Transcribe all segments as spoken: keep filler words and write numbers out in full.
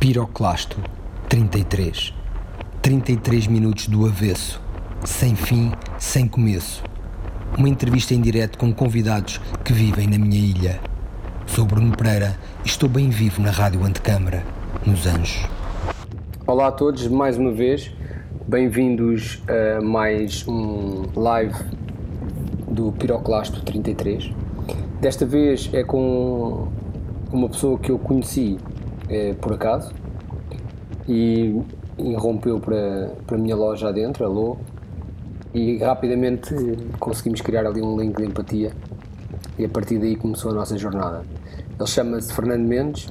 Piroclasto, trinta e três. trinta e três minutos do avesso, sem fim, sem começo. Uma entrevista em direto com convidados que vivem na minha ilha. Sou Bruno Pereira e estou bem vivo na Rádio Antecâmara, nos Anjos. Olá a todos, mais uma vez. Bem-vindos a mais um live do Piroclasto trinta e três. Desta vez é com uma pessoa que eu conheci é, por acaso e irrompeu para, para a minha loja adentro, alô, e rapidamente conseguimos criar ali um link de empatia e a partir daí começou a nossa jornada. Ele chama-se Fernando Mendes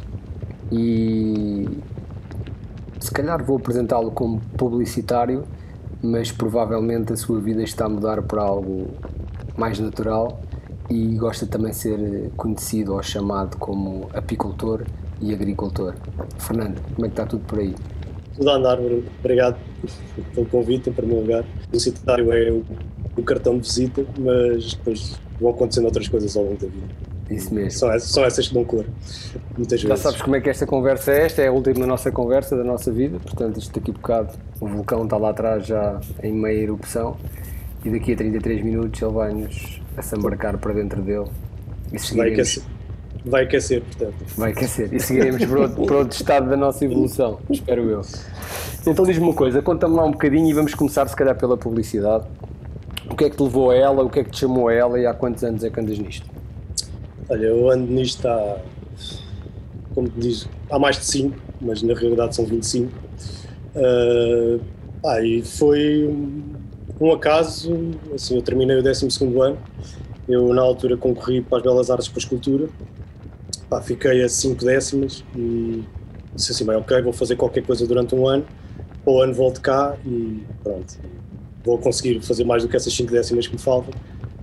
e se calhar vou apresentá-lo como publicitário, mas provavelmente a sua vida está a mudar para algo mais natural e gosta também de ser conhecido ou chamado como apicultor e agricultor. Fernando, como é que está tudo por aí? Tudo a andar, Bruno. Obrigado pelo convite, em primeiro lugar. O publicitário é o, o cartão de visita, mas depois vão acontecendo outras coisas ao longo da vida. Isso mesmo. São essas, são essas que dão cor, muitas Já vezes. sabes como é que esta conversa é, esta é a última nossa conversa da nossa vida, portanto isto daqui a bocado, o vulcão está lá atrás já em meia erupção e daqui a trinta e três minutos ele vai-nos assambarcar para dentro dele e seguiremos... Vai aquecer, vai aquecer, portanto. Vai aquecer e seguiremos para outro, para outro estado da nossa evolução, espero eu. Então diz-me uma coisa, conta-me lá um bocadinho e vamos começar se calhar pela publicidade. O que é que te levou a ela, o que é que te chamou a ela e há quantos anos é que andas nisto? Olha, eu ando nisto há, como te diz, há mais de cinco, mas na realidade são vinte e cinco. Uh, ah, e foi um, um acaso, assim, eu terminei o décimo segundo ano, eu na altura concorri para as Belas Artes para a Escultura, pá, fiquei a cinco décimas e disse assim, bem, ok, vou fazer qualquer coisa durante um ano, para o ano volto cá e pronto, vou conseguir fazer mais do que essas cinco décimas que me faltam.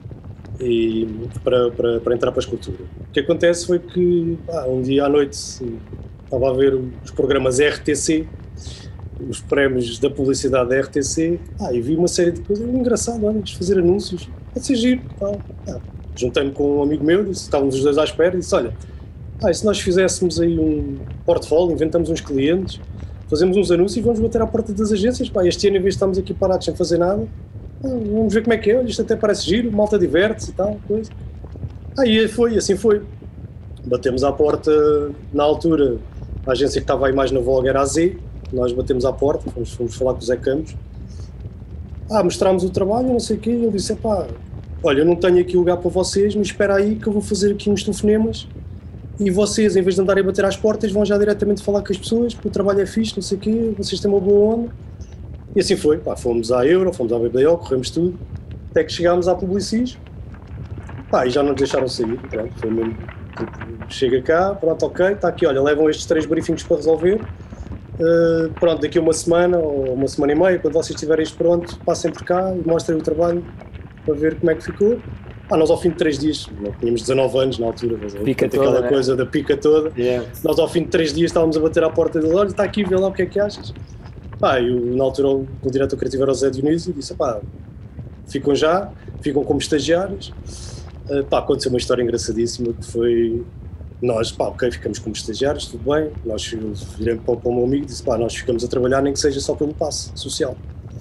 E para, para, para entrar para a escultura. O que acontece foi que pá, um dia à noite estava a ver os programas R T C, os prémios da publicidade da R T C, ah, e vi uma série de coisas engraçadas, olha, fazer anúncios, pode ser giro, tal. Ah, juntei-me com um amigo meu, disse, estávamos os dois à espera, e disse, olha, ah, e se nós fizéssemos aí um portfólio, inventamos uns clientes, fazemos uns anúncios e vamos bater à porta das agências, pá, este ano em vez de estarmos aqui parados sem fazer nada, vamos ver como é que é, olha, isto até parece giro, malta diverte-se e tal, coisa. Aí foi, assim foi. Batemos à porta, na altura, a agência que estava aí mais na voga era a Z, nós batemos à porta, fomos, fomos falar com o Zé Campos. Ah, mostrámos o trabalho, não sei o quê, e ele disse, pá, olha, eu não tenho aqui lugar para vocês, mas espera aí que eu vou fazer aqui uns telefonemas e vocês, em vez de andarem a bater às portas, vão já diretamente falar com as pessoas, porque o trabalho é fixe, não sei o quê, vocês têm uma boa onda. E assim foi, pá, fomos à Euro, fomos à B B D O, corremos tudo, até que chegámos à Publicis, pá, e já não nos deixaram sair, pronto, foi mesmo, tipo, chega cá, pronto, ok, está aqui, olha, levam estes três briefings para resolver, uh, pronto, daqui a uma semana ou uma semana e meia, quando vocês tiverem isto pronto, passem por cá e mostrem o trabalho para ver como é que ficou. Ah, nós ao fim de três dias, tínhamos dezanove anos na altura, mas pica toda, aquela né? coisa da pica toda, yeah. Nós ao fim de três dias estávamos a bater à porta dele, olha, está aqui, vê lá o que é que achas. Pá, e na altura o, o diretor criativo era o Zé Dionísio e disse, pá, ficam já, ficam como estagiários. Uh, pá, aconteceu uma história engraçadíssima que foi, nós, pá, ok, ficamos como estagiários, tudo bem, nós virei para, para o meu amigo e disse, pá, nós ficamos a trabalhar nem que seja só pelo passe social.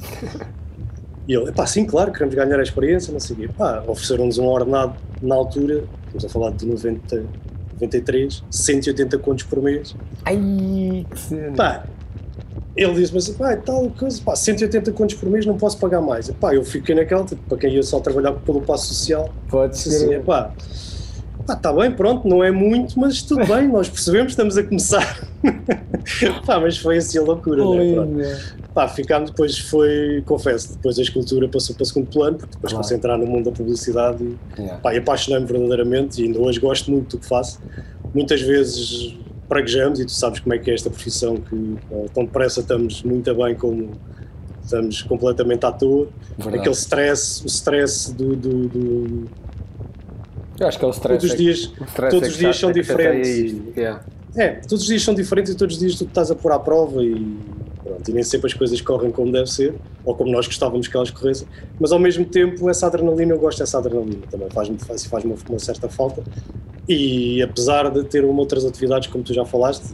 E ele, pá, sim, claro, queremos ganhar a experiência, não sei o quê. Pá, ofereceram-nos um ordenado na altura, estamos a falar de noventa, noventa e três, cento e oitenta contos por mês. Ai, que cena. Pá, ele disse-me assim, pá, tal coisa, pá, cento e oitenta contos por mês, não posso pagar mais. Pá, eu fiquei naquela, tipo, para quem ia só trabalhar pelo passo social, pode disse ser. assim, pá, pá, está bem, pronto, não é muito, mas tudo bem, nós percebemos, estamos a começar. Pá, mas foi assim a loucura, né? Pronto. Pá, ficámos, depois foi, confesso, depois a escultura passou para o segundo plano, porque depois claro. Comecei a entrar no mundo da publicidade e, yeah. pá, e apaixonei-me verdadeiramente e ainda hoje gosto muito do que faço. Muitas vezes praguejamos e tu sabes como é que é esta profissão, que tão depressa estamos muito bem como estamos completamente à toa. Verdade. Aquele stress, o stress do... do, do Eu acho que é o stress. Todos os dias, stress todos é os dias são diferentes. E, yeah. É, todos os dias são diferentes e todos os dias tu estás a pôr à prova e, pronto, e nem sempre as coisas correm como deve ser, ou como nós gostávamos que elas corressem, mas ao mesmo tempo essa adrenalina, eu gosto dessa adrenalina também, faz-me faz, faz uma, uma certa falta. E apesar de ter uma outras atividades, como tu já falaste, de,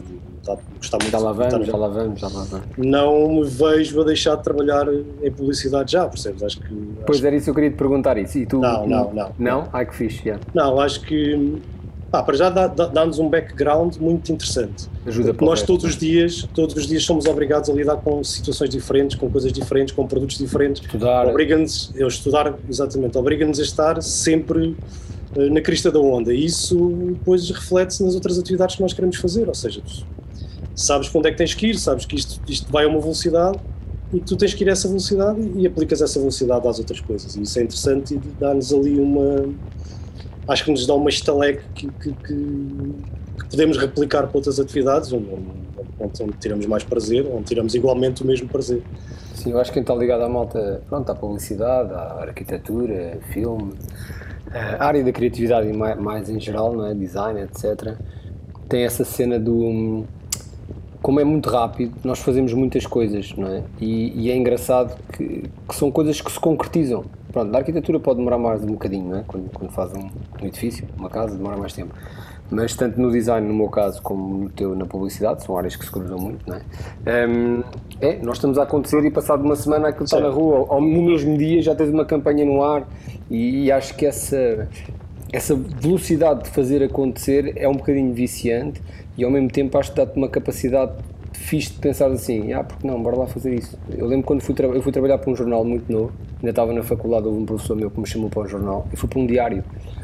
está a gostar muito. Já lá vamos, estar... já lá vamos, já lá vamos. Não me vejo a deixar de trabalhar em publicidade já, percebes? Acho que... Pois acho... era isso que eu queria te perguntar isso. E tu, não, tu... não, não. Não? Ai que fixe, yeah. Não, acho que... Ah, para já dá, dá, dá-nos um background muito interessante. Ajuda porque nós todos os dias, todos os dias somos obrigados a lidar com situações diferentes, com coisas diferentes, com produtos diferentes. Estudar. Obriga-nos a estudar, exatamente, obriga-nos a estar sempre uh, na crista da onda. E isso depois reflete-se nas outras atividades que nós queremos fazer. Ou seja, tu sabes para onde é que tens que ir, sabes que isto, isto vai a uma velocidade e que tu tens que ir a essa velocidade e, e aplicas essa velocidade às outras coisas. E isso é interessante e dá-nos ali uma... Acho que nos dá uma estaleca que, que, que, que podemos replicar para outras atividades, onde, onde, onde tiramos mais prazer, onde tiramos igualmente o mesmo prazer. Sim, eu acho que quem está ligado à malta, pronto, à publicidade, à arquitetura, filme, a área da criatividade mais, mais em geral, não é? Design, etcétera, tem essa cena do... Como é muito rápido, nós fazemos muitas coisas, não é? E, e é engraçado que, que são coisas que se concretizam. Pronto, na arquitetura pode demorar mais um bocadinho, não é? Quando, quando faz um, um edifício, uma casa, demora mais tempo. Mas tanto no design, no meu caso, como no teu, na publicidade, são áreas que se cruzam muito, não é? Um, é, nós estamos a acontecer e passado uma semana aquilo está na rua, ao, no mesmo dia já tens uma campanha no ar e, e acho que essa, essa velocidade de fazer acontecer é um bocadinho viciante e ao mesmo tempo acho que dá-te uma capacidade fixe de pensar assim, ah, porque não, bora lá fazer isso. Eu lembro quando fui, tra- eu fui trabalhar para um jornal muito novo, ainda estava na faculdade, houve um professor meu que me chamou para um jornal e fui para um diário.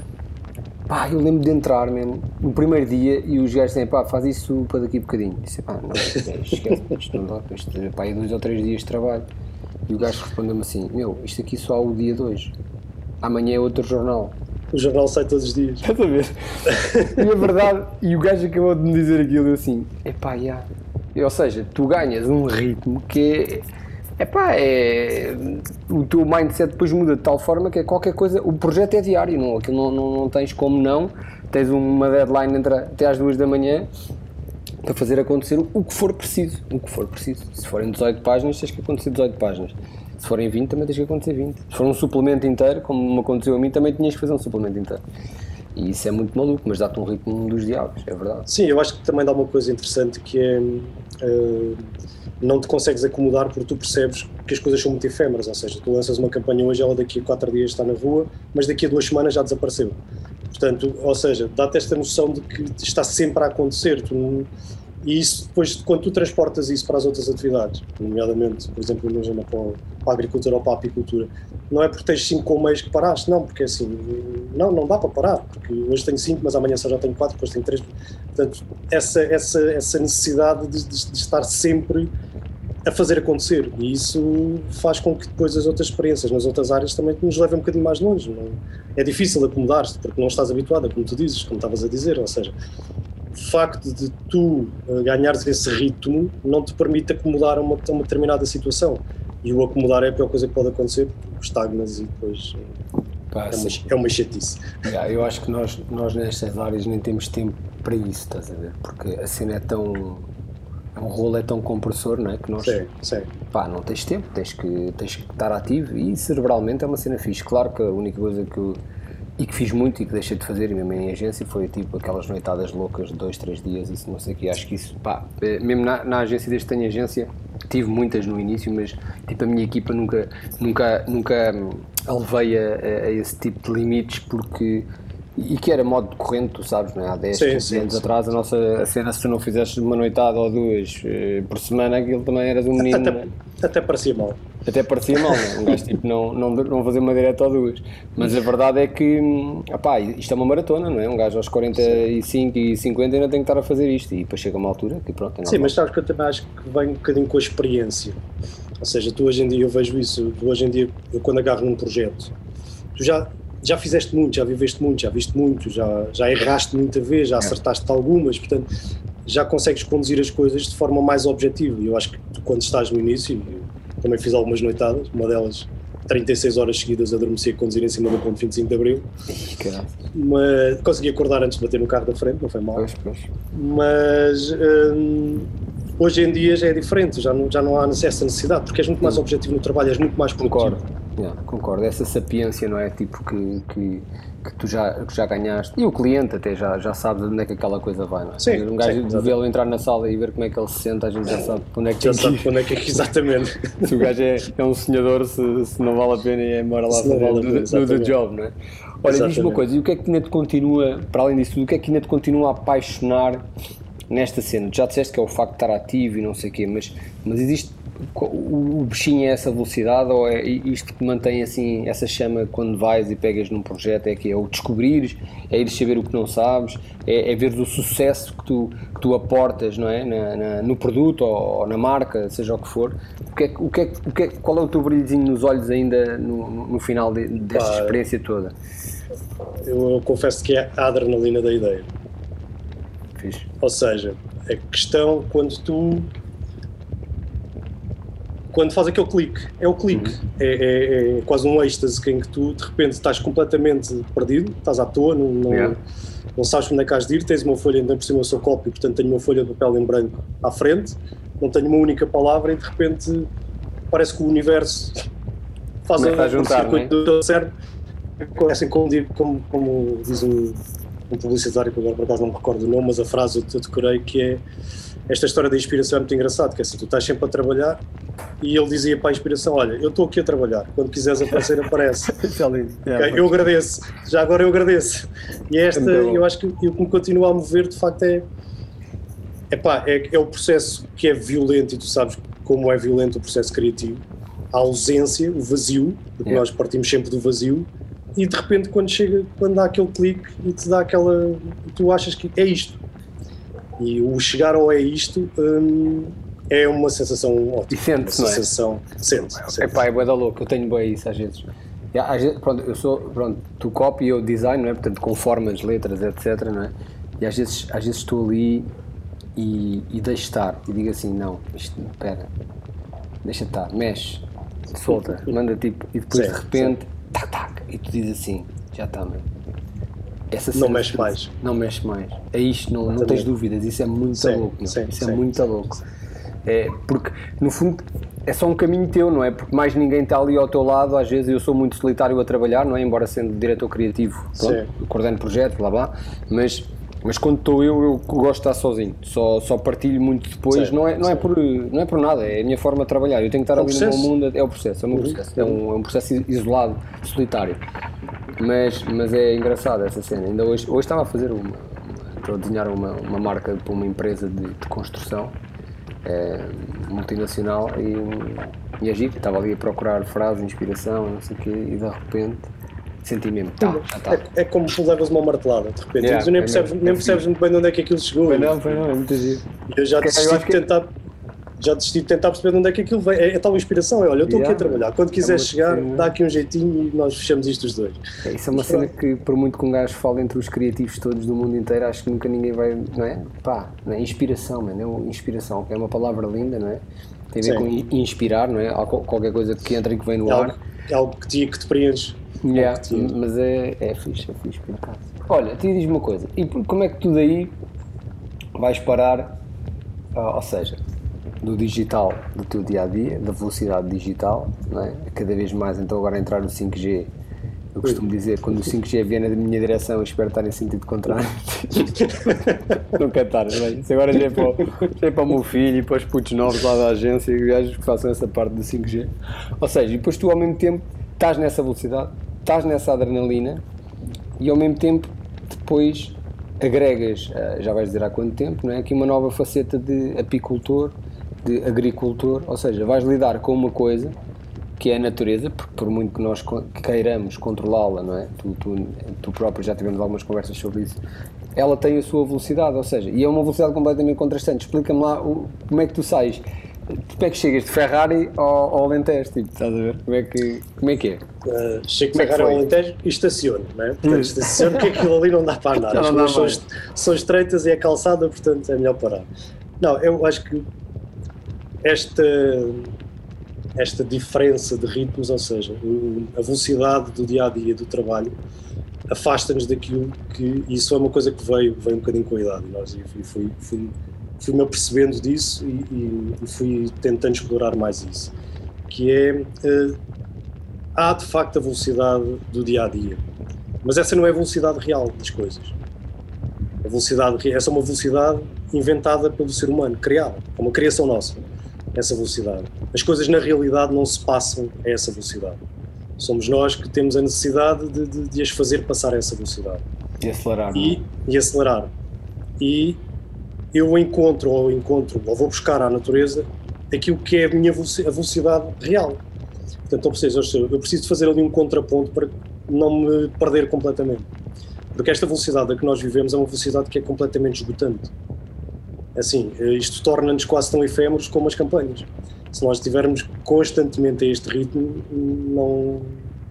Pá, eu lembro de entrar mesmo no primeiro dia e os gajos dizem, pá, faz isso para daqui a bocadinho. E disse, pá, não, esquece, isto não dá, isto, pá, é dois ou três dias de trabalho. E o gajo respondeu-me assim, meu, isto aqui só há o dia de hoje, amanhã é outro jornal. O jornal sai todos os dias. Estás a ver? E a verdade, e o gajo acabou de me dizer aquilo, eu assim, epá, já. Ou seja, tu ganhas um ritmo que é, epá, é, o teu mindset depois muda de tal forma que é qualquer coisa, o projeto é diário, não, aquilo não, não, não tens como não, tens uma deadline entre, até às duas da manhã para fazer acontecer o, o que for preciso, o que for preciso. Se forem dezoito páginas, tens que acontecer dezoito páginas. Se forem vinte, também tens que acontecer vinte. Se for um suplemento inteiro, como me aconteceu a mim, também tinhas que fazer um suplemento inteiro. E isso é muito maluco, mas dá-te um ritmo dos diabos, é verdade. Sim, eu acho que também dá uma coisa interessante que é uh, não te consegues acomodar porque tu percebes que as coisas são muito efêmeras, ou seja, tu lanças uma campanha hoje, ela daqui a quatro dias está na rua, mas daqui a duas semanas já desapareceu. Portanto, ou seja, dá-te esta noção de que está sempre a acontecer, tu não, e isso depois, quando tu transportas isso para as outras atividades, nomeadamente, por exemplo, imagina para, para a agricultura ou para a apicultura, não é porque tens cinco colmeios que paraste, não, porque assim, não, não dá para parar, porque hoje tenho cinco, mas amanhã só já tenho quatro, depois tenho três, portanto, essa, essa, essa necessidade de, de, de estar sempre a fazer acontecer, e isso faz com que depois as outras experiências nas outras áreas também nos levem um bocadinho mais longe, não? É difícil acomodar-te, porque não estás habituado, como tu dizes, como estavas a dizer, ou seja, o facto de tu ganhares esse ritmo não te permite acomodar a uma, a uma determinada situação. E o acomodar é a pior coisa que pode acontecer, porque estagnas e depois Pá, é, uma, é uma chatice. Yeah, eu acho que nós, nós nestas áreas nem temos tempo para isso, estás a ver? Porque a cena é tão... um rolo é tão compressor, não é? Que nós, sim, sim. Pá, não tens tempo, tens que, tens que estar ativo e cerebralmente é uma cena fixe. Claro que a única coisa que eu... e que fiz muito e que deixei de fazer, e mesmo em agência, foi tipo aquelas noitadas loucas de dois, três dias, isso não sei o que, acho que isso, pá, mesmo na, na agência, desde que tenho agência, tive muitas no início, mas tipo a minha equipa nunca, nunca, nunca levei a, a, a esse tipo de limites, porque, e que era modo corrente, tu sabes, não é? Há dez, quinze anos sim. atrás, a nossa a cena, se tu não fizesses uma noitada ou duas eh, por semana, aquilo também eras um menino. Até, até parecia mal. Até parecia mal, não? Um gajo tipo não, não, não fazer uma direta ou duas. Mas a verdade é que, opá, isto é uma maratona, não é? Um gajo aos quarenta e cinco e cinquenta ainda tem que estar a fazer isto. E depois chega uma altura que pronto, é normal. Sim, mas sabes que eu também acho que vem um bocadinho com a experiência. Ou seja, tu hoje em dia, eu vejo isso, tu hoje em dia, eu quando agarro num projeto, tu já, já fizeste muito, já viveste muito, já viste muito, já, já erraste muita vez, já acertaste algumas, portanto, já consegues conduzir as coisas de forma mais objetiva. E eu acho que tu, quando estás no início, também fiz algumas noitadas, uma delas trinta e seis horas seguidas a adormecer e conduzir em cima do ponto vinte e cinco de Abril. Mas consegui acordar antes de bater no carro da frente, não foi mal. Pois, pois. Mas hum, hoje em dia já é diferente, já não, já não há essa necessidade, porque és muito mais objetivo no trabalho, és muito mais produtivo. Concordo. Yeah, concordo, essa sapiência, não é? Tipo que, que, que, tu já, que já ganhaste, e o cliente até já, já sabe de onde é que aquela coisa vai, não é? Sim, um gajo sim, vê-lo entrar na sala e ver como é que ele se senta, a gente já sabe para onde é que Já tem sabe que ir. onde é que é que exatamente. Se o gajo é, é um sonhador, se, se não vale a pena, é embora lá Se não vale a pena, do, do, do job, não é? Olha, diz-me uma Exatamente. coisa, e o que é que ainda te continua, para além disso tudo, o que é que ainda te continua a apaixonar nesta cena? Já disseste que é o facto de estar ativo e não sei o quê, mas, mas existe, o, o bichinho é essa velocidade ou é isto que mantém assim, essa chama quando vais e pegas num projeto, é que é o descobrires, é ir saber o que não sabes, é, é ver o sucesso que tu, que tu aportas, não é? Na, na, no produto ou, ou na marca, seja o que for. O que é, o que é, o que é, qual é o teu brilhozinho nos olhos ainda no, no final de, desta Pá, experiência toda? Eu, eu confesso que é a adrenalina da ideia. Fixe. Ou seja, a questão quando tu quando faz aquele clique, é o clique, uhum. é, é, é quase um êxtase em que tu de repente estás completamente perdido, estás à toa, não, não, yeah. não sabes onde é que has de ir, tens uma folha, ainda por cima eu sou copy, portanto tenho uma folha de papel em branco à frente, não tenho uma única palavra e de repente parece que o universo faz a juntar, não é? do teu cérebro, assim como, como, como diz um, um publicitário que agora por acaso não me recordo o nome, mas a frase eu decorei que é esta história da inspiração é muito engraçado, que é assim, tu estás sempre a trabalhar e ele dizia para a inspiração, olha, eu estou aqui a trabalhar, quando quiseres aparecer, aparece. Okay? Eu agradeço, já agora eu agradeço. E esta, eu acho que o que me continua a mover, de facto, é, epá, é, é o processo que é violento, e tu sabes como é violento o processo criativo, a ausência, o vazio, porque yeah. nós partimos sempre do vazio, e de repente quando chega, quando dá aquele clique e te dá aquela, tu achas que é isto. E o chegar ao é isto hum, é uma sensação ótima. E sente-se, não é? Sensação, sente-se. É pá, é bué da louco, eu tenho bué isso às vezes. E, às vezes pronto, eu sou, pronto, tu copy e eu design, não é? Portanto, com formas, letras, etcétera, não é? E às vezes, às vezes estou ali e, e deixo estar, e digo assim, não, isto, espera, deixa estar, mexe, solta, manda tipo, e depois sim, de repente, sim. tac, tac, e tu dizes assim, já está, meu. Essa não mexe mais. Não mexe mais. É isto, não, não tens dúvidas, isso é muito sim, louco. Não? Sim, isso sim, é muito sim, louco. Sim. É, porque, no fundo, é só um caminho teu, não é? Porque mais ninguém está ali ao teu lado, às vezes eu sou muito solitário a trabalhar, não é? Embora sendo diretor criativo, pronto, coordeno projeto, blá blá, mas, mas quando estou eu, eu gosto de estar sozinho, só, só partilho muito depois, sim, não, é, não, é por, não é por nada, é a minha forma de trabalhar, eu tenho que estar é ali no meu mundo, é o processo, é o meu uhum. processo, é um, é um processo isolado, solitário. Mas, mas é engraçado essa cena. Ainda hoje, hoje estava a fazer uma, uma estou a desenhar uma, uma marca para uma empresa de, de construção é, multinacional e, e a giro, estava ali a procurar frases, inspiração, não sei o quê, e de repente senti mesmo, tá, já tá. É, é como tu levas uma martelada, de repente, yeah, nem, percebes, nem percebes muito bem de onde é que aquilo chegou. Foi não, foi não, é muito giro. Eu já desisti de tentar... Já desisti de tentar perceber de onde é que aquilo vem. É, é tal inspiração, é olha, eu estou yeah, aqui a trabalhar. Quando quiseres é chegar, cena. Dá aqui um jeitinho e nós fechamos isto os dois. É, isso é uma Mas, cena que, por muito que um gajo fale entre os criativos todos do mundo inteiro, acho que nunca ninguém vai, não é? Pá, não é? Inspiração, mano, é inspiração, é uma palavra linda, não é? Tem a ver Sim. com inspirar, não é? Qualquer coisa que entra e que vem no é ar. Algo, é algo que te, que te preenche. Yeah, te mas é, é fixe, é fixe, por acaso. Olha, te diz-me uma coisa, e como é que tu daí vais parar, uh, ou seja, do digital, do teu dia-a-dia, da velocidade digital, não é? Cada vez mais, então agora entrar no cinco G, eu costumo dizer, quando o cinco G vier na minha direção, eu espero estar em sentido contrário. Não quero estar, não é? Isso agora já é, para o, já é para o meu filho e para os putos novos lá da agência, e gajos que façam essa parte do cinco G. Ou seja, e depois tu ao mesmo tempo estás nessa velocidade, estás nessa adrenalina e ao mesmo tempo depois agregas, já vais dizer há quanto tempo, não é? Aqui uma nova faceta de apicultor, de agricultor, ou seja, vais lidar com uma coisa que é a natureza, porque por muito que nós queiramos controlá-la, não é? Tu, tu, tu próprio já tivemos algumas conversas sobre isso, ela tem a sua velocidade, ou seja, e é uma velocidade completamente contrastante. Explica-me lá o, como é que tu sais, como é que chegas de Ferrari ao, ao Alentejo, tipo, estás a ver? Como é que, como é, que é? Uh, chego de Ferrari ao Alentejo e estaciono, não é? Portanto, estaciono porque aquilo ali não dá para andar, as ruas são, são estreitas e é calçada, portanto é melhor parar. Não, eu acho que esta, esta diferença de ritmos, ou seja, a velocidade do dia-a-dia do trabalho afasta-nos daquilo que, e isso é uma coisa que veio, veio um bocadinho com a idade, e nós, e fui, fui, fui-me apercebendo disso e, e, e fui tentando explorar mais isso, que é uh, há de facto a velocidade do dia a dia, mas essa não é a velocidade real das coisas. A velocidade, essa é uma velocidade inventada pelo ser humano, criada, é uma criação nossa, essa velocidade. As coisas na realidade não se passam a essa velocidade. Somos nós que temos a necessidade de, de, de as fazer passar a essa velocidade. E acelerar. E, e acelerar. E eu encontro ou encontro, ou vou buscar à natureza aquilo que é a minha velocidade, a velocidade real. Portanto, eu preciso, eu preciso fazer ali um contraponto para não me perder completamente. Porque esta velocidade a que nós vivemos é uma velocidade que é completamente esgotante. Assim, isto torna-nos quase tão efêmeros como as campanhas. Se nós estivermos constantemente a este ritmo, não...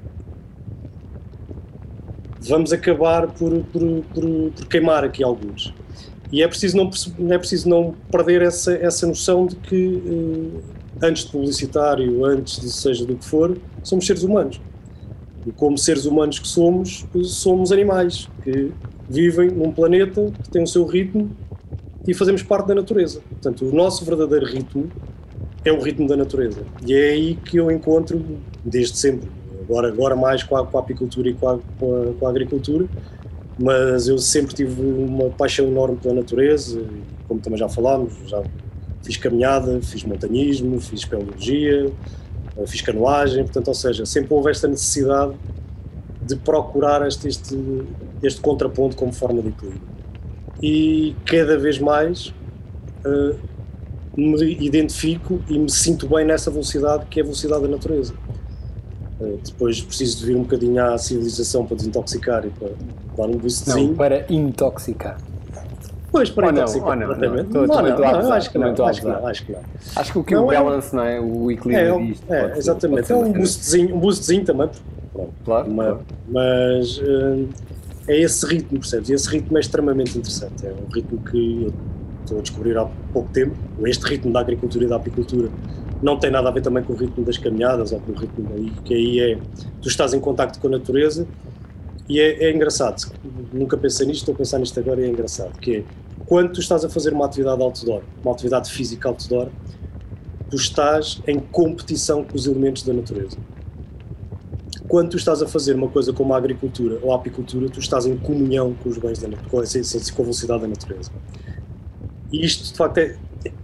vamos acabar por, por, por, por queimar aqui alguns. E é preciso não, é preciso não perder essa, essa noção de que, eh, antes de publicitário, antes de seja do que for, somos seres humanos. E como seres humanos que somos, somos animais que vivem num planeta que tem o seu ritmo e fazemos parte da natureza. Portanto, o nosso verdadeiro ritmo é o ritmo da natureza. E é aí que eu encontro, desde sempre, agora, agora mais com a, com a apicultura e com a, com, a, com a agricultura, mas eu sempre tive uma paixão enorme pela natureza, como também já falámos, já fiz caminhada, fiz montanhismo, fiz espeleologia, fiz canoagem, portanto, ou seja, sempre houve esta necessidade de procurar este, este, este contraponto como forma de equilíbrio. E cada vez mais uh, me identifico e me sinto bem nessa velocidade que é a velocidade da natureza. Uh, depois preciso de vir um bocadinho à civilização para desintoxicar e para dar um boostzinho. Não, para intoxicar. Pois, para ou intoxicar. Não, ou não, não, não, não, não, não, não, acho que não, não, acho que não, acho que não. Acho que o que não, o balance, é, não é? O equilíbrio é, disto. É, exatamente, ser, é um boostzinho, um boostzinho também. Pronto, claro, mas, claro. mas uh, é esse ritmo, percebes? E esse ritmo é extremamente interessante. É um ritmo que eu estou a descobrir há pouco tempo. Este ritmo da agricultura e da apicultura não tem nada a ver também com o ritmo das caminhadas ou com o ritmo daí, que aí é, tu estás em contacto com a natureza e é, é engraçado. Nunca pensei nisto, estou a pensar nisto agora e é engraçado, que é, quando tu estás a fazer uma atividade outdoor, uma atividade física outdoor, tu estás em competição com os elementos da natureza. Quando tu estás a fazer uma coisa como a agricultura ou a apicultura, tu estás em comunhão com os bens da natureza, com a, com a velocidade da natureza. E isto, de facto, é,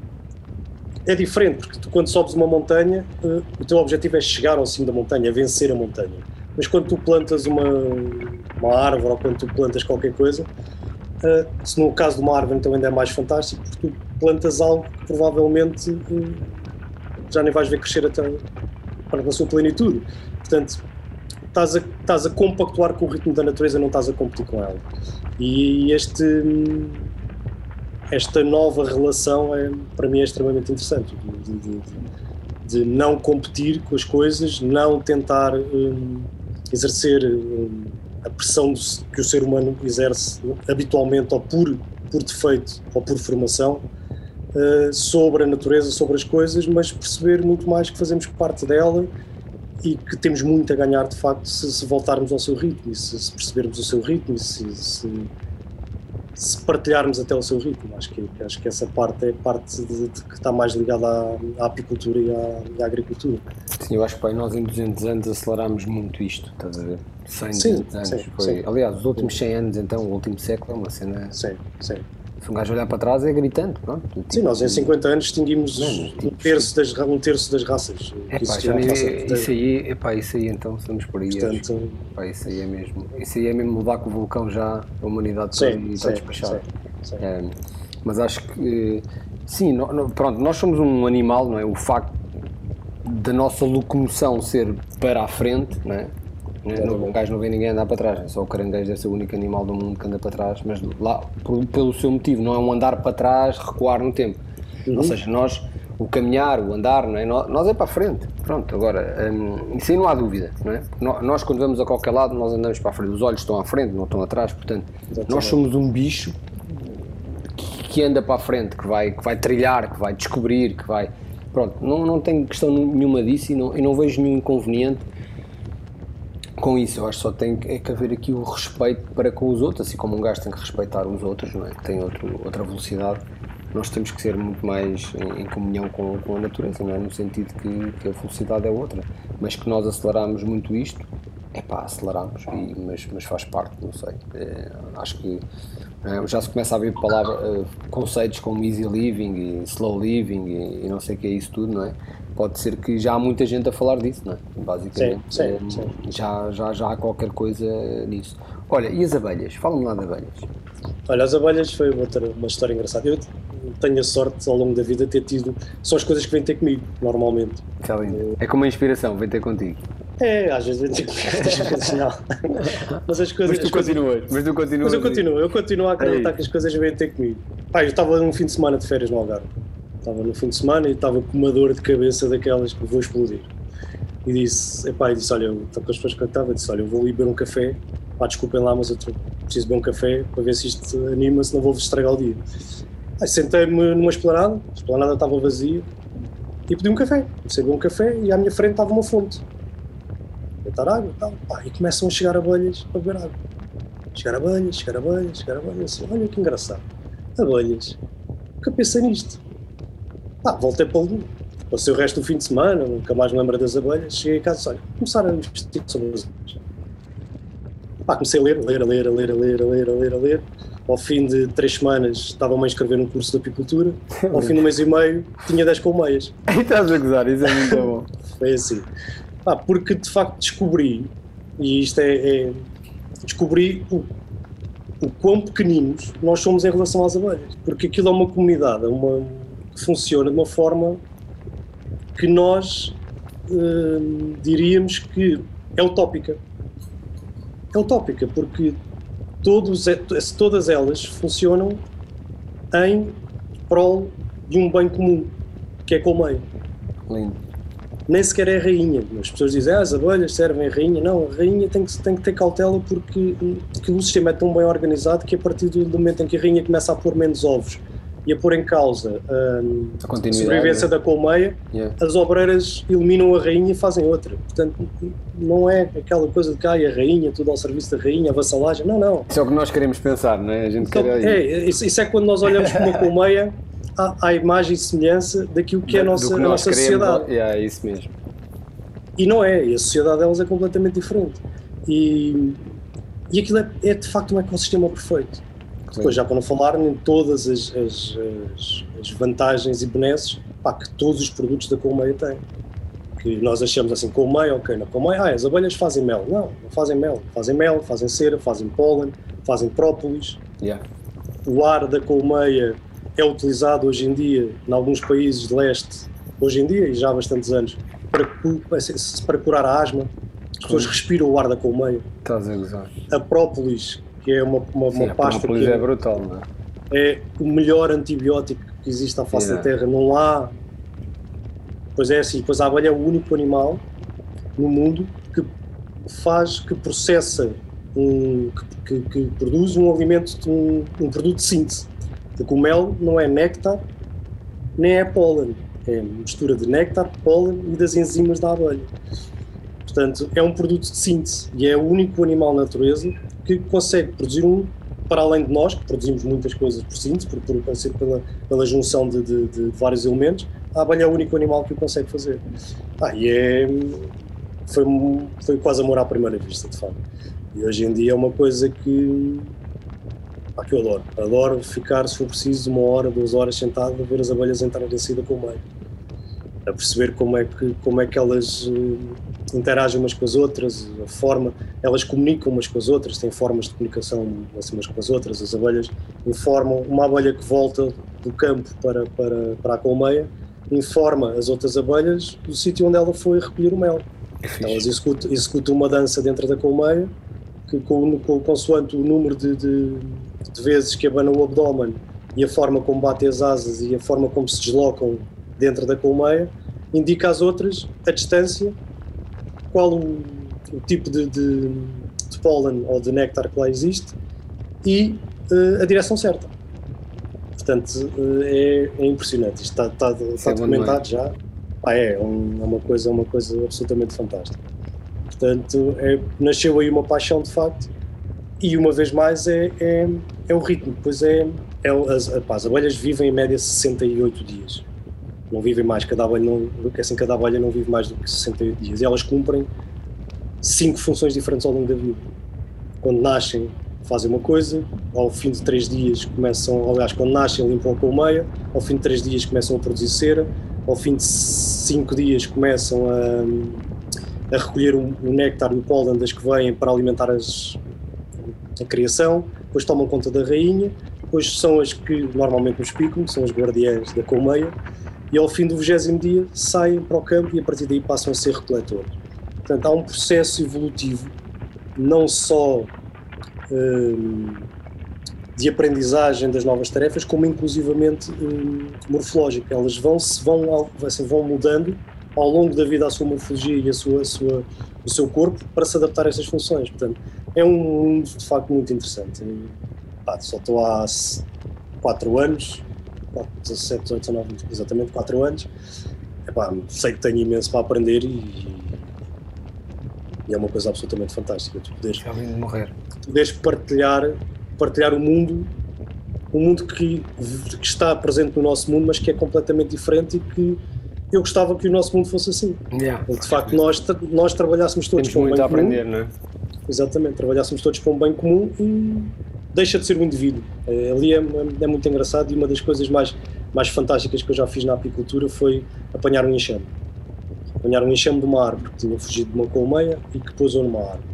é diferente, porque tu, quando sobes uma montanha, uh, o teu objetivo é chegar ao cimo da montanha, é vencer a montanha. Mas quando tu plantas uma, uma árvore ou quando tu plantas qualquer coisa, uh, se no caso de uma árvore então ainda é mais fantástico, porque tu plantas algo que provavelmente uh, já nem vais ver crescer até para a sua plenitude. Portanto, estás a, estás a compactuar com o ritmo da natureza, não estás a competir com ela. E este, esta nova relação é, para mim é extremamente interessante, de, de, de, de não competir com as coisas, não tentar um, exercer um, a pressão que o ser humano exerce habitualmente ou por, por defeito ou por formação uh, sobre a natureza, sobre as coisas, mas perceber muito mais que fazemos parte dela e que temos muito a ganhar de facto se, se voltarmos ao seu ritmo e se, se percebermos o seu ritmo e se, se, se partilharmos até o seu ritmo. Acho que, acho que essa parte é parte de, de, que está mais ligada à, à apicultura e à, e à agricultura. Sim, eu acho que bem, nós em duzentos anos acelerámos muito isto, estás a ver? cem, sim, duzentos anos. Sim, foi, sim. Aliás, os últimos cem anos, então, o último século é uma cena... Sim, sim. Se um gajo olhar para trás é gritante, pronto. Tipo, sim, nós em cinquenta anos extinguimos não, tipo, um, terço das, um terço das raças. Epá, já nem, isso, aí, epá, isso aí então, estamos por aí. Portanto, epá, isso aí é mesmo, isso aí é mesmo levar com o vulcão já, a humanidade toda e está despachada. É, mas acho que, sim, no, no, pronto, nós somos um animal, não é? O facto da nossa locomoção ser para a frente, não é? Um gajo não vê ninguém andar para trás, é só o caranguejo deve ser o único animal do mundo que anda para trás, mas lá, por, pelo seu motivo, não é um andar para trás, recuar no tempo. Uhum. Ou seja, nós, o caminhar, o andar, não é? nós, nós é para a frente. Pronto, agora, hum, isso aí não há dúvida, não é? Nós, nós, quando vamos a qualquer lado, nós andamos para a frente, os olhos estão à frente, não estão atrás, portanto, exatamente. Nós somos um bicho que, que anda para a frente, que vai, que vai trilhar, que vai descobrir, que vai... Pronto, não, não tenho questão nenhuma disso e não, e não vejo nenhum inconveniente com isso. Eu acho que só tem que, é que haver aqui o respeito para com os outros, assim como um gajo tem que respeitar os outros, não é? Que tem outro, outra velocidade, nós temos que ser muito mais em, em comunhão com, com a natureza, não é? No sentido que, que a velocidade é outra, mas que nós aceleramos muito isto, é pá, aceleramos, e, mas, mas faz parte, não sei, é, acho que é, já se começa a ver palavra, uh, conceitos como easy living e slow living e, e não sei o que é isso tudo, não é? Pode ser que já há muita gente a falar disso, não é? Basicamente, sim, sim, é, sim. Já, já, já há qualquer coisa nisso. Olha, e as abelhas? Fala-me lá de abelhas. Olha, as abelhas foi outra, uma história engraçada. Eu tenho a sorte ao longo da vida de ter tido, são as coisas que vêm ter comigo, normalmente. É como a inspiração, vem ter contigo. É, às vezes vem ter comigo, às vezes não. Mas as coisas... Mas tu continuas, mas tu continuas. Mas eu continuo, eu continuo a acreditar Ei. que as coisas vêm ter comigo. Pá, eu estava num fim de semana de férias no Algarve. Estava no fim de semana e estava com uma dor de cabeça daquelas que vou explodir. E disse, epá, e disse, olha, eu estou com as pessoas que eu estava, disse, olha, eu vou ali beber um café, pá, desculpem lá, mas eu preciso beber um café para ver se isto anima, senão vou-vos estragar o dia. Aí sentei-me numa esplanada, a esplanada estava vazia, e pedi um café. Comecei a beber um café e à minha frente estava uma fonte. Deitar água e tal, pá, e começam a chegar abelhas para beber água. Chegar abelhas, chegar abelhas, chegar abelhas, assim, olha que engraçado. Abelhas, nunca pensei nisto. Pá, voltei para o Passei o resto do fim de semana, nunca mais me lembro das abelhas. Cheguei a casa e disse, olha, começar a investir sobre as abelhas. Pá, comecei a ler, a ler, a ler, a ler, a ler, a ler, a ler, a ler. Ao fim de três semanas estava-me a inscrever num curso de apicultura. Ao fim de um mês e meio tinha dez colmeias. Aí estás a gozar, isso é muito bom. Foi assim. Pá, porque de facto descobri, e isto é, é descobri o, o quão pequeninos nós somos em relação às abelhas. Porque aquilo é uma comunidade, é uma, que funciona de uma forma que nós hum, diríamos que é utópica. É utópica, porque todos, todas elas funcionam em prol de um bem comum, que é a colmeia. Lindo. Nem sequer é a rainha. As pessoas dizem, ah, as abelhas servem a rainha. Não, a rainha tem que, tem que ter cautela porque, porque o sistema é tão bem organizado que a partir do momento em que a rainha começa a pôr menos ovos e a pôr em causa hum, a, a sobrevivência da colmeia, yeah. As obreiras eliminam a rainha e fazem outra. Portanto, não é aquela coisa de que ah, a rainha, tudo ao serviço da rainha, a vassalagem. Não, não. Isso é o que nós queremos pensar, não é? A gente então, quer... é, isso, isso é quando nós olhamos para uma colmeia à, à imagem e semelhança daquilo que é a nossa, a nossa sociedade. Yeah, é isso mesmo. E não é, e a sociedade delas é completamente diferente. E, e aquilo é, é de facto um ecossistema perfeito. Depois, já para não falar em todas as, as, as, as vantagens e benesses pá, que todos os produtos da colmeia têm. Que nós achamos assim, colmeia, ok, na colmeia, ah, as abelhas fazem mel. Não, não fazem mel. Fazem mel, fazem cera, fazem pólen, fazem própolis. Yeah. O ar da colmeia é utilizado hoje em dia, em alguns países de leste, hoje em dia, e já há bastantes anos, para, para curar a asma. As pessoas Como? respiram o ar da colmeia. Estás a gozar. A própolis, que é uma, uma, Sim, uma pasta a própolis que é brutal, não é? É o melhor antibiótico que existe à face yeah. da Terra. Não há... Pois é assim, pois a abelha é o único animal no mundo que faz, que processa, um, que, que, que produz um alimento, um, um produto de síntese. Porque o mel não é néctar, nem é pólen. É mistura de néctar, pólen e das enzimas da abelha. Portanto, é um produto de síntese e é o único animal na natureza que consegue produzir um, para além de nós, que produzimos muitas coisas por síntese, por, por, por, pela, pela junção de, de, de vários elementos, a abelha é o único animal que o consegue fazer. Ah, e é, foi, foi quase amor à primeira vista, de facto. E hoje em dia é uma coisa que, ah, que eu adoro. Adoro ficar, se for preciso, uma hora, duas horas sentado a ver as abelhas entrarem em saída com o meio. A perceber como é que, como é que elas uh, interagem umas com as outras, a forma, elas comunicam umas com as outras, têm formas de comunicação assim, umas com as outras. As abelhas informam, uma abelha que volta do campo para, para, para a colmeia, informa as outras abelhas do sítio onde ela foi recolher o mel. Então, elas executam, executam uma dança dentro da colmeia, que com, com, consoante o número de, de, de vezes que abanam o abdômen e a forma como batem as asas e a forma como se deslocam dentro da colmeia, indica às outras a distância, qual o, o tipo de, de, de pólen ou de néctar que lá existe e uh, a direção certa. Portanto, uh, é, é impressionante. Isto está, está, está documentado já. Ah, é, um, é uma coisa, uma coisa absolutamente fantástica. Portanto, é, nasceu aí uma paixão de facto e uma vez mais é, é, é o ritmo, pois é, é, as, pá, as abelhas vivem em média sessenta e oito dias. Não vivem mais, cada abelha não, assim, cada abelha não vive mais do que sessenta e oito dias. E elas cumprem cinco funções diferentes ao longo da vida. Quando nascem, fazem uma coisa, ao fim de três dias começam, aliás, quando nascem limpam a colmeia, ao fim de três dias começam a produzir cera, ao fim de cinco dias começam a, a recolher o, o néctar e o pólen das que vêm para alimentar as, a criação, depois tomam conta da rainha, depois são as que normalmente nos picam, que são as guardiãs da colmeia, e ao fim do vigésimo dia saem para o campo e a partir daí passam a ser recoletores. Portanto, há um processo evolutivo, não só hum, de aprendizagem das novas tarefas, como inclusivamente hum, morfológico. Elas vão, se vão, assim, vão mudando ao longo da vida a sua morfologia e a sua, a sua, o seu corpo para se adaptar a estas funções. Portanto, é um mundo de facto muito interessante. E, pá, só estou há quatro anos, dezassete, dezoito, dezanove, exatamente quatro anos. Epá, sei que tenho imenso para aprender e, e é uma coisa absolutamente fantástica. Tu poderes, Já vim de morrer. poderes partilhar, partilhar o mundo, o mundo que, que está presente no nosso mundo, mas que é completamente diferente e que eu gostava que o nosso mundo fosse assim. Yeah. De facto, nós, nós trabalhássemos todos Temos para um muito bem a aprender, comum. não é? Exatamente, trabalhássemos todos para um bem comum e deixa de ser um indivíduo. É, ali é, é muito engraçado e uma das coisas mais, mais fantásticas que eu já fiz na apicultura foi apanhar um enxame. Apanhar um enxame de uma árvore que tinha fugido de uma colmeia e que pousou numa árvore.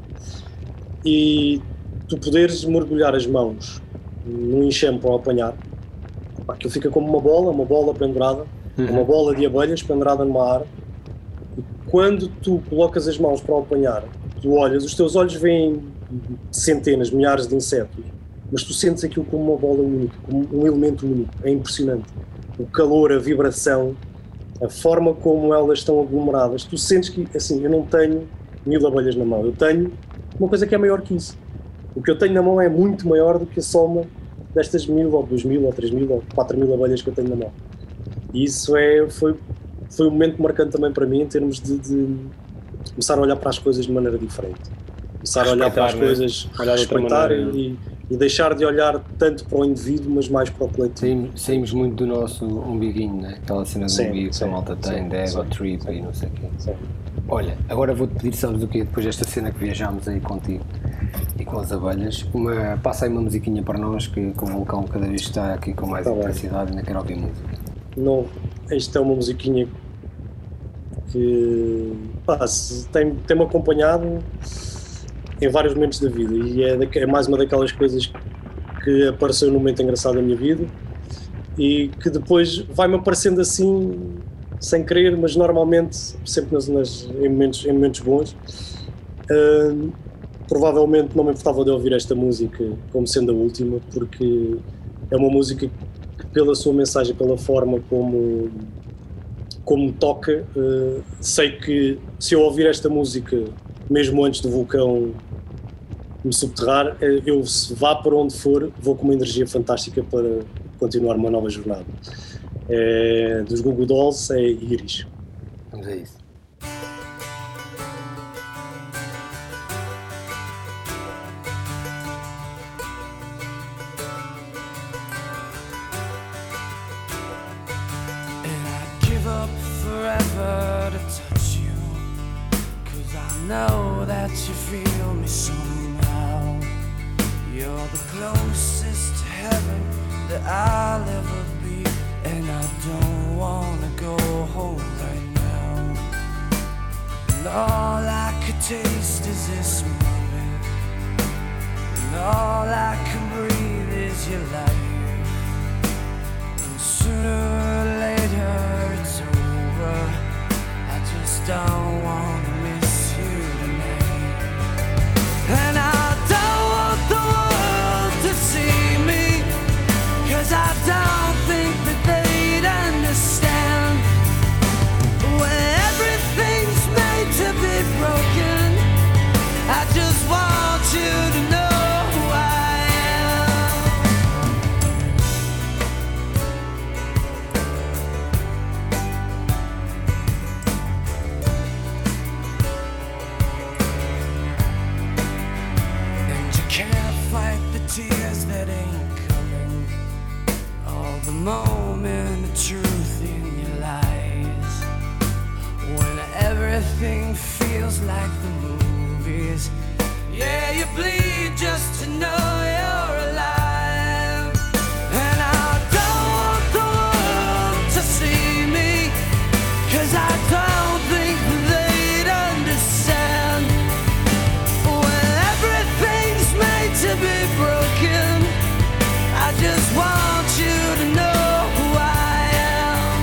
E tu poderes mergulhar as mãos num enxame para o apanhar, aquilo fica como uma bola, uma bola pendurada, uhum. uma bola de abelhas pendurada numa árvore. E quando tu colocas as mãos para o apanhar, tu olhas, os teus olhos veem centenas, milhares de insetos, mas tu sentes aquilo como uma bola única, como um elemento único. É impressionante. O calor, a vibração, a forma como elas estão aglomeradas. Tu sentes que, assim, eu não tenho mil abelhas na mão, eu tenho uma coisa que é maior que isso. O que eu tenho na mão é muito maior do que a soma destas mil, ou duas mil, ou três mil, ou quatro mil abelhas que eu tenho na mão. E isso é, foi, foi um momento marcante também para mim, em termos de, de começar a olhar para as coisas de maneira diferente. Começar a olhar para as coisas, olhar respeitar e, e deixar de olhar tanto para o indivíduo, mas mais para o coletivo. Saímos, saímos muito do nosso umbiguinho, né? Aquela cena do Sim, umbigo que sim, a malta tem, sim, de ego, sim, trip sim, e não sei o quê. Sim. Olha, agora vou-te pedir, sabes o quê? Depois desta cena que viajámos aí contigo e com as abelhas, uma, passa aí uma musiquinha para nós, que, que o Vulcão cada vez está aqui com mais Tá intensidade, ainda quero ouvir música. Não, esta é uma musiquinha que pá, tem, tem-me acompanhado em vários momentos da vida e é, é mais uma daquelas coisas que apareceu num momento engraçado da minha vida e que depois vai-me aparecendo assim sem querer, mas normalmente sempre nas, nas, em, momentos, em momentos bons. Uh, provavelmente não me importava de ouvir esta música como sendo a última, porque é uma música que pela sua mensagem, pela forma como como toca, uh, sei que se eu ouvir esta música mesmo antes do vulcão me subterrar, eu, se vá para onde for, vou com uma energia fantástica para continuar uma nova jornada. É, dos Goo Goo Dolls é Iris. Vamos a isso. Know that you feel me somehow. You're the closest to heaven that I'll ever be, and I don't wanna go home right now. And all I could taste is this moment, and all I can breathe is your life. And sooner or later it's over. I just don't wanna miss you tonight. And I don't want the world to see me, 'cause I don't think everything feels like the movies. Yeah, you bleed just to know you're alive. And I don't want the world to see me, 'cause I don't think they'd understand. When everything's made to be broken, I just want you to know who I am.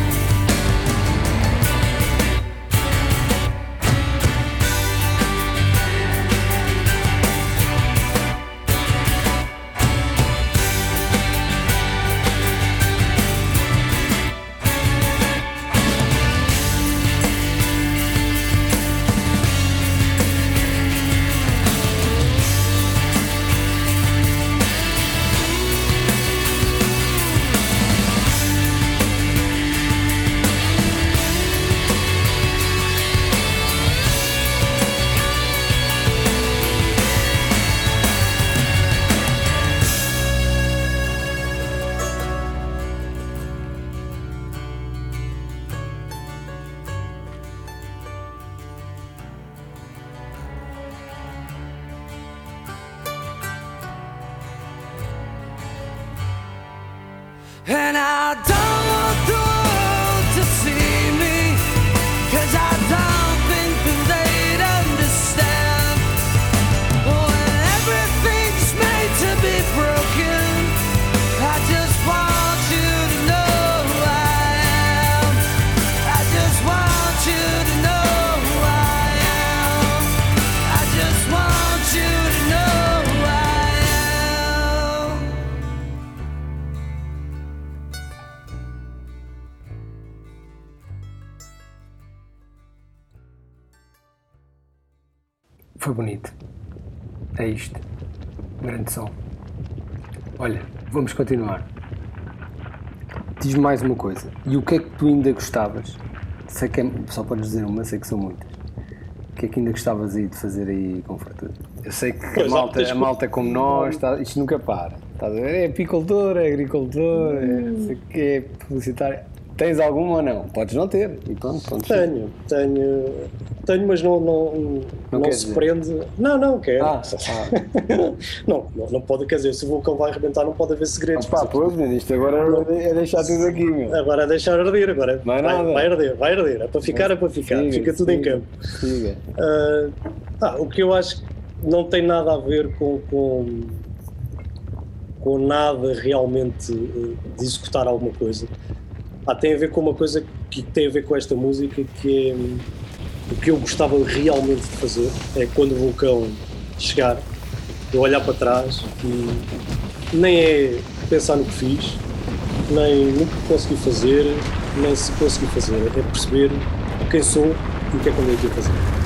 And I don't want the world to see me, 'cause I don't think that they'd understand. When everything's made to be broken, I just want you to know who I am. I just want you to know who I am. I just want you to know who I am. Foi bonito. É isto. Grande som. Olha, vamos continuar. Diz-me mais uma coisa. E o que é que tu ainda gostavas? Sei que é, só podes dizer uma, sei que são muitas. O que é que ainda gostavas aí de fazer aí com fartura? Eu sei que a Pois, malta, há- a malta como nós, tá, isto nunca para. Estás a ver? É apicultor, é agricultor, é não sei o quê, publicitário. Tens alguma ou não? Podes não ter. E pronto, pronto. Tenho, tenho, tenho, mas não, não, não, quer se dizer? prende. Não, não quero. Ah, não, não, não pode, quer dizer, se o vulcão vai arrebentar, não pode haver segredos. Pá, pois, isto agora é deixar tudo aqui, meu. Agora é deixar arder, agora Não é vai, nada. vai arder, vai arder. É para ficar, é para ficar. Siga, Fica tudo em siga, campo. Siga. Ah, ah, o que eu acho que não tem nada a ver com, com, com nada realmente eh, de executar alguma coisa. Ah, tem a ver com uma coisa que tem a ver com esta música, que é hum, o que eu gostava realmente de fazer é quando o vulcão chegar, eu olhar para trás e nem é pensar no que fiz, nem no que consegui fazer, nem se consegui fazer, é perceber quem sou e o que é que andei aqui a fazer.